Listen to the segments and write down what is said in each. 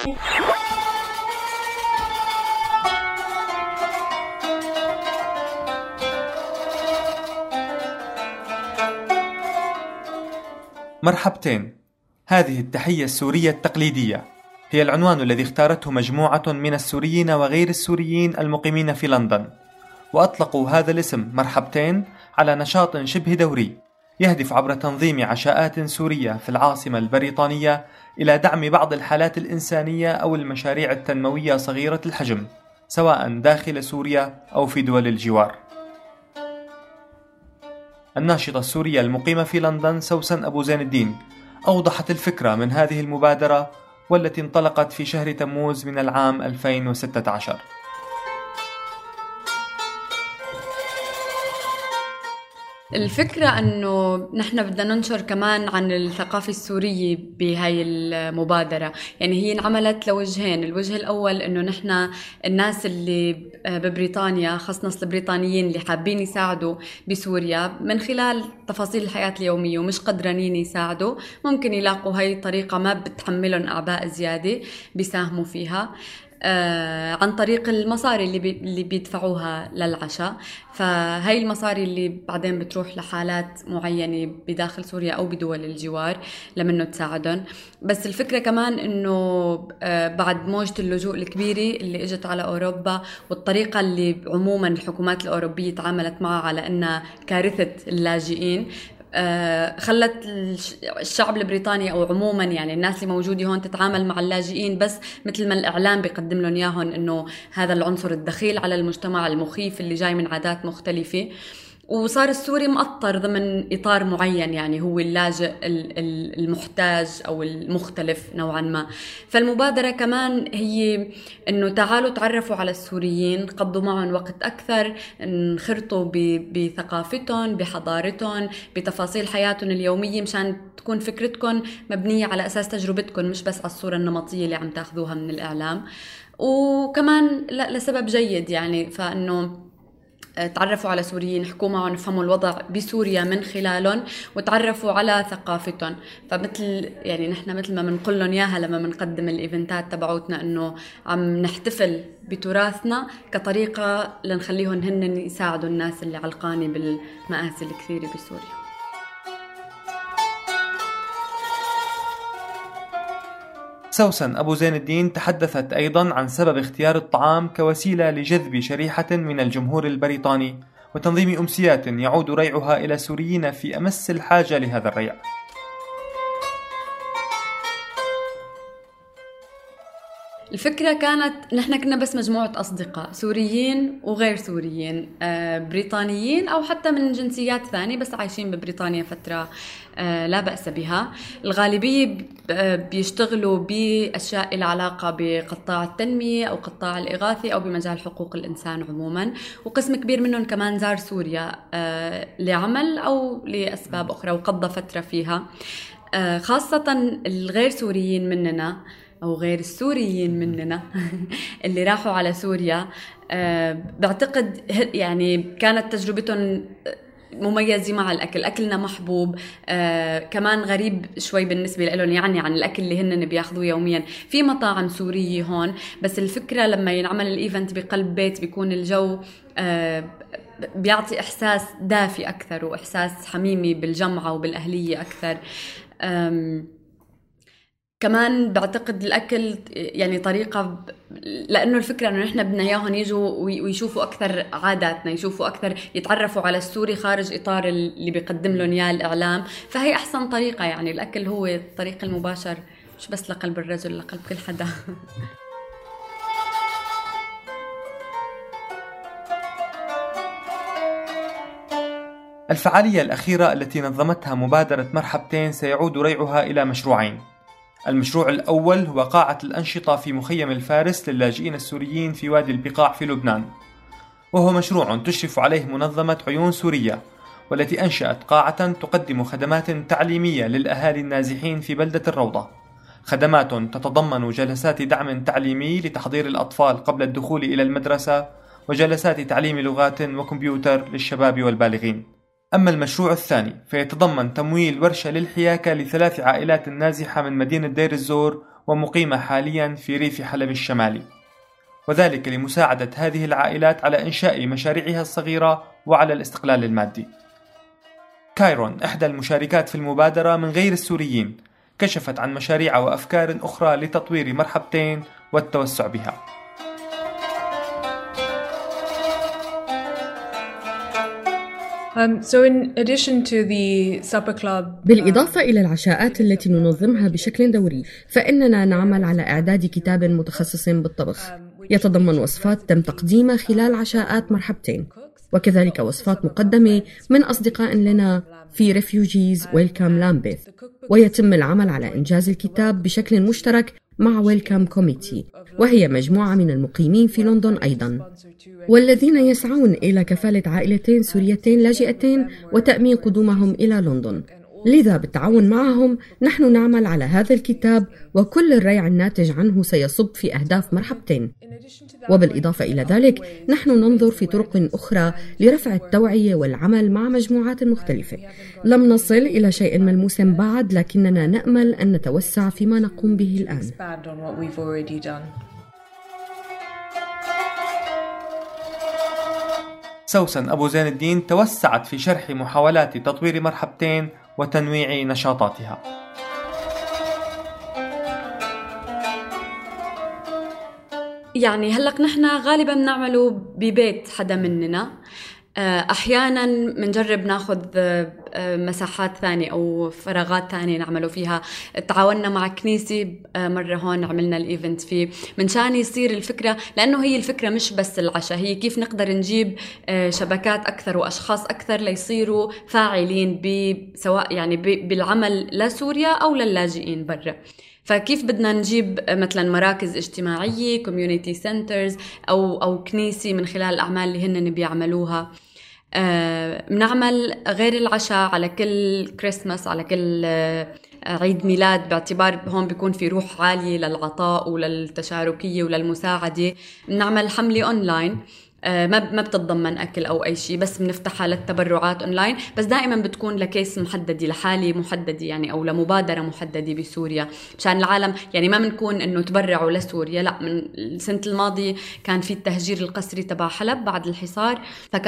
مرحبتين. هذه التحية السورية التقليدية هي العنوان الذي اختارته مجموعة من السوريين وغير السوريين المقيمين في لندن، وأطلقوا هذا الاسم مرحبتين على نشاط شبه دوري يهدف عبر تنظيم عشاءات سورية في العاصمة البريطانية إلى دعم بعض الحالات الإنسانية أو المشاريع التنموية صغيرة الحجم، سواء داخل سوريا أو في دول الجوار. الناشطة السورية المقيمة في لندن سوسن أبو زين الدين أوضحت الفكرة من هذه المبادرة، والتي انطلقت في شهر تموز من العام 2016. الفكرة أنه نحن بدنا ننشر كمان عن الثقافة السورية بهاي المبادرة. يعني هي انعملت لوجهين. الوجه الأول أنه نحن الناس اللي ببريطانيا، خاصة الناس البريطانيين اللي حابين يساعدوا بسوريا من خلال تفاصيل الحياة اليومية ومش قدرانين يساعدوا، ممكن يلاقوا هاي الطريقة ما بتحملهم أعباء زيادة بيساهموا فيها عن طريق المصاري اللي بيدفعوها للعشاء. فهاي المصاري اللي بعدين بتروح لحالات معينة بداخل سوريا أو بدول الجوار لمنه تساعدهم. بس الفكرة كمان إنه بعد موجة اللجوء الكبيرة اللي اجت على أوروبا، والطريقة اللي عموما الحكومات الأوروبية تعاملت معها على إنها كارثة اللاجئين، خلت الشعب البريطاني أو عموما يعني الناس اللي موجودة هون تتعامل مع اللاجئين بس مثل ما الإعلام بيقدم لهم إياهم، إنه هذا العنصر الدخيل على المجتمع المخيف اللي جاي من عادات مختلفة. وصار السوري مؤطر ضمن إطار معين، يعني هو اللاجئ المحتاج أو المختلف نوعا ما. فالمبادرة كمان هي إنه تعالوا تعرفوا على السوريين، قضوا معهم وقت أكثر، انخرطوا بثقافتهم، بحضارتهم، بتفاصيل حياتهم اليومية، مشان تكون فكرتكم مبنية على أساس تجربتكم، مش بس على الصورة النمطية اللي عم تاخذوها من الإعلام. وكمان لسبب جيد، يعني فإنه تعرفوا على سوريين، حكوا معهم، فهموا الوضع بسوريا من خلالهم، وتعرفوا على ثقافتهم. فمثل يعني نحن مثل ما بنقول لهم اياها لما بنقدم الايفنتات تبعوتنا، انه عم نحتفل بتراثنا كطريقة لنخليهم هن يساعدوا الناس اللي علقانة بالمآسي الكثيرة بسوريا. سوسن أبو زين الدين تحدثت أيضا عن سبب اختيار الطعام كوسيلة لجذب شريحة من الجمهور البريطاني وتنظيم أمسيات يعود ريعها إلى سوريين في أمس الحاجة لهذا الريع. الفكرة كانت نحن كنا بس مجموعة أصدقاء سوريين وغير سوريين، بريطانيين أو حتى من جنسيات ثانية بس عايشين ببريطانيا فترة لا بأس بها. الغالبية بيشتغلوا بأشياء العلاقة بقطاع التنمية أو قطاع الإغاثة أو بمجال حقوق الإنسان عموما، وقسم كبير منهم كمان زار سوريا لعمل أو لأسباب أخرى وقضى فترة فيها. خاصة الغير سوريين مننا أو غير السوريين مننا اللي راحوا على سوريا، بعتقد يعني كانت تجربتهم مميزة مع الأكل. أكلنا محبوب، كمان غريب شوي بالنسبة لهم يعني عن الأكل اللي هن بياخذوه يوميا. في مطاعم سورية هون، بس الفكرة لما ينعمل الإيفنت بقلب بيت بيكون الجو بيعطي إحساس دافي أكثر وإحساس حميمي بالجمعة وبالأهلية أكثر. كمان بعتقد الأكل يعني طريقة، لأنه الفكرة أنه نحن بدنا إياهم يجوا ويشوفوا أكثر عاداتنا، يشوفوا أكثر، يتعرفوا على السوري خارج إطار اللي بيقدم لهم إياه الإعلام. فهي أحسن طريقة، يعني الأكل هو الطريق المباشر مش بس لقلب الرجل، لقلب كل حدا. الفعالية الأخيرة التي نظمتها مبادرة مرحبتين سيعود ريعها إلى مشروعين. المشروع الأول هو قاعة الأنشطة في مخيم الفارس للاجئين السوريين في وادي البقاع في لبنان، وهو مشروع تشرف عليه منظمة عيون سورية، والتي أنشأت قاعة تقدم خدمات تعليمية للأهالي النازحين في بلدة الروضة، خدمات تتضمن جلسات دعم تعليمي لتحضير الأطفال قبل الدخول إلى المدرسة، وجلسات تعليم لغات وكمبيوتر للشباب والبالغين. أما المشروع الثاني فيتضمن تمويل ورشة للحياكة ل3 عائلات نازحة من مدينة دير الزور ومقيمة حاليا في ريف حلب الشمالي، وذلك لمساعدة هذه العائلات على إنشاء مشاريعها الصغيرة وعلى الاستقلال المادي. كايرون إحدى المشاركات في المبادرة من غير السوريين، كشفت عن مشاريع وأفكار أخرى لتطوير مرحبتين والتوسع بها. بالإضافة إلى العشاءات التي ننظمها بشكل دوري، فإننا نعمل على إعداد كتاب متخصص بالطبخ يتضمن وصفات تم تقديمها خلال عشاءات مرحبتين، وكذلك وصفات مقدمة من أصدقاء لنا في ريفيوجيز ويلكام لامبيث، ويتم العمل على إنجاز الكتاب بشكل مشترك مع ويلكام كوميتي، وهي مجموعة من المقيمين في لندن أيضاً، والذين يسعون إلى كفالة عائلتين سوريتين لاجئتين وتأمين قدومهم إلى لندن. لذا بالتعاون معهم نحن نعمل على هذا الكتاب، وكل الريع الناتج عنه سيصب في أهداف مرحبتين. وبالإضافة إلى ذلك نحن ننظر في طرق أخرى لرفع التوعية والعمل مع مجموعات مختلفة. لم نصل إلى شيء ملموس بعد، لكننا نأمل أن نتوسع فيما نقوم به الآن. سوسن أبو زين الدين توسعت في شرح محاولات تطوير مرحبتين وتنويع نشاطاتها. يعني هلق نحن غالبا بنعمله ببيت حدا مننا، أحيانا منجرب ناخذ مساحات ثانية أو فراغات ثانية نعمله فيها. تعاوننا مع كنيسة مرة هون عملنا الإيفنت فيه منشان يصير الفكرة، لأنه هي الفكرة مش بس العشاء، هي كيف نقدر نجيب شبكات أكثر وأشخاص أكثر ليصيروا فاعلين سواء يعني بالعمل لسوريا أو للاجئين برا. فكيف بدنا نجيب مثلا مراكز اجتماعية community centers أو كنيسة من خلال الأعمال اللي هن بيعملوها. بنعمل غير العشاء على كل كريسماس، على كل عيد ميلاد، باعتبار هون بيكون في روح عالية للعطاء وللتشاركية وللمساعدة. بنعمل حملة أونلاين ما بتتضمن أكل أو أي شيء، بس بنفتحها للتبرعات أونلاين، بس دائما بتكون لكيس محددة، لحالة محددة يعني، أو لمبادرة محددة بسوريا مشان العالم. يعني ما بنكون إنه تبرعوا لسوريا، لا، من السنة الماضية كان في التهجير القسري تبع حلب بعد الحصار،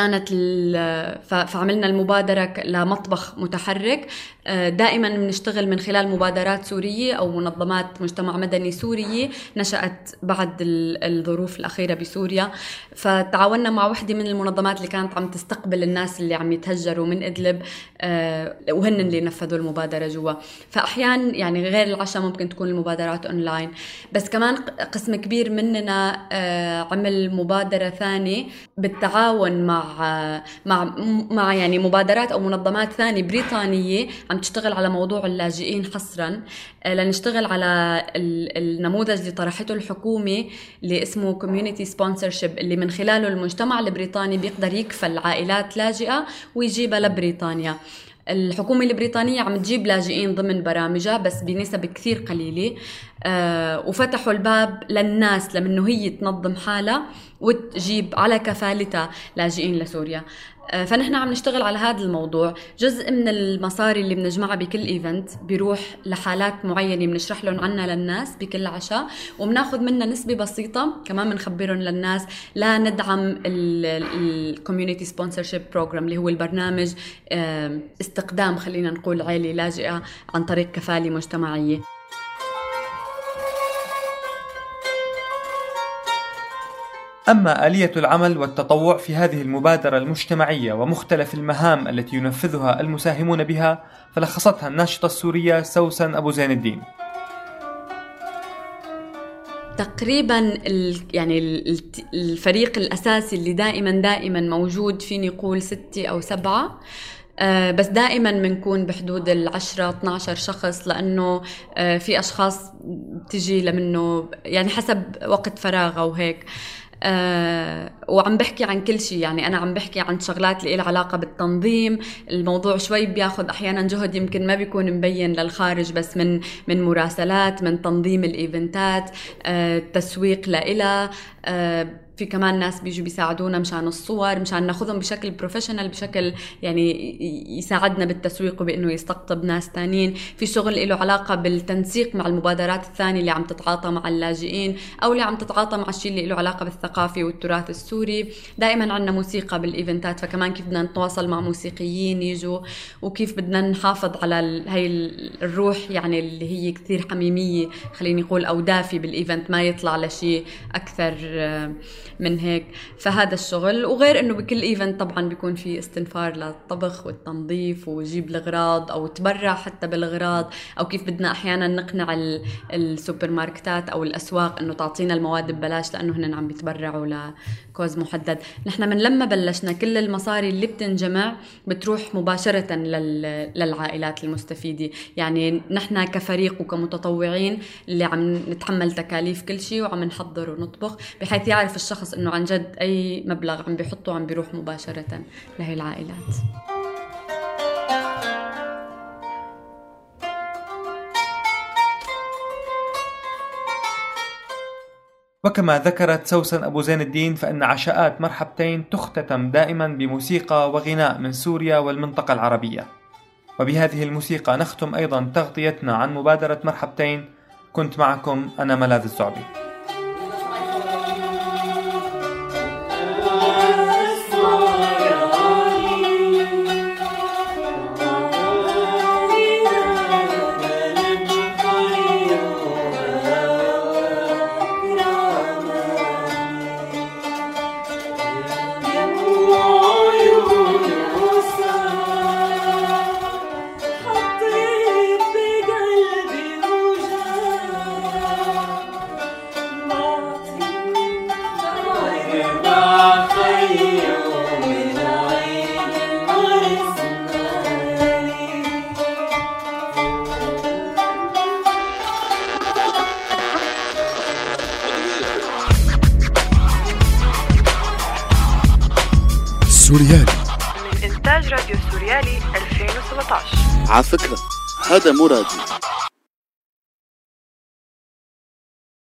فعملنا المبادرة لمطبخ متحرك. دائما بنشتغل من خلال مبادرات سورية أو منظمات مجتمع مدني سورية نشأت بعد الظروف الأخيرة بسوريا. فتعاوننا مع وحدة من المنظمات اللي كانت عم تستقبل الناس اللي عم يتهجروا من إدلب، وهن اللي نفذوا المبادرة جوا. فأحيانا يعني غير العشاء ممكن تكون المبادرات أونلاين، بس كمان قسم كبير مننا عمل مبادرة ثانية بالتعاون مع يعني مبادرات أو منظمات ثانية بريطانية عم تشتغل على موضوع اللاجئين حصرا، لنشتغل على النموذج اللي طرحته الحكومة اللي اسمه community sponsorship، اللي من خلاله المجتمع البريطاني بيقدر يكفل عائلات لاجئة ويجيبها لبريطانيا. الحكومة البريطانية عم تجيب لاجئين ضمن برامجها بس بنسب كثير قليلة، وفتحوا الباب للناس لمنه هي تنظم حالها وتجيب على كفالتها لاجئين لسوريا. فنحن عم نشتغل على هذا الموضوع. جزء من المصاري اللي بنجمعها بكل ايفنت بيروح لحالات معينة بنشرح لهم عنها للناس بكل عشاء، وبناخذ منها نسبة بسيطة كمان بنخبرهم للناس لا ندعم الكوميونيتي سبونسرشيب بروجرام اللي هو البرنامج استقدام خلينا نقول عائلة لاجئة عن طريق كفالة مجتمعية. أما آلية العمل والتطوع في هذه المبادرة المجتمعية ومختلف المهام التي ينفذها المساهمون بها فلخصتها الناشطة السورية سوسن أبو زين الدين. تقريبا يعني الفريق الأساسي اللي دائما موجود فيني يقول 6 أو 7، بس دائما بنكون بحدود 10-12 شخص، لأنه في أشخاص بتجي لمنه يعني حسب وقت فراغه وهيك. وعم بحكي عن كل شيء، يعني أنا عم بحكي عن شغلات اللي لها علاقة بالتنظيم. الموضوع شوي بياخد أحيانا جهد يمكن ما بيكون مبين للخارج، بس من مراسلات، من تنظيم الإيفنتات، تسويق لإلها، في كمان ناس بيجوا بيساعدونا مشان الصور، مشان ناخذهم بشكل بروفيشنال، بشكل يعني يساعدنا بالتسويق وبانه يستقطب ناس تانيين. في شغل له علاقه بالتنسيق مع المبادرات الثانيه اللي عم تتعاطى مع اللاجئين او اللي عم تتعاطى مع الشيء اللي له علاقه بالثقافه والتراث السوري. دائما عندنا موسيقى بالايفنتات، فكمان كيف بدنا نتواصل مع موسيقيين يجوا، وكيف بدنا نحافظ على هاي الروح يعني اللي هي كثير حميميه خليني نقول او دافي بالايفنت، ما يطلع لشيء اكثر من هيك. فهذا الشغل، وغير انه بكل ايفنت طبعا بيكون في استنفار للطبخ والتنظيف وجيب الاغراض او تبرع حتى بالاغراض، او كيف بدنا احيانا نقنع السوبر ماركتات او الاسواق انه تعطينا المواد ببلاش لانه هن عم بيتبرعوا لكوز محدد. نحن من لما بلشنا كل المصاري اللي بتنجمع بتروح مباشرة للعائلات المستفيدة. يعني نحن كفريق وكمتطوعين اللي عم نتحمل تكاليف كل شيء وعم نحضر ونطبخ، بحيث يعرف الشخص انه عن جد اي مبلغ عم بيحطه عم بيروح مباشرة لهي العائلات. وكما ذكرت سوسن أبو زين الدين، فإن عشاءات مرحبتين تختتم دائما بموسيقى وغناء من سوريا والمنطقة العربية. وبهذه الموسيقى نختم أيضا تغطيتنا عن مبادرة مرحبتين. كنت معكم أنا ملاذ الزعبي. سوريالي من إنتاج راديو سوريالي 2017. على فكرة هذا مو راديو.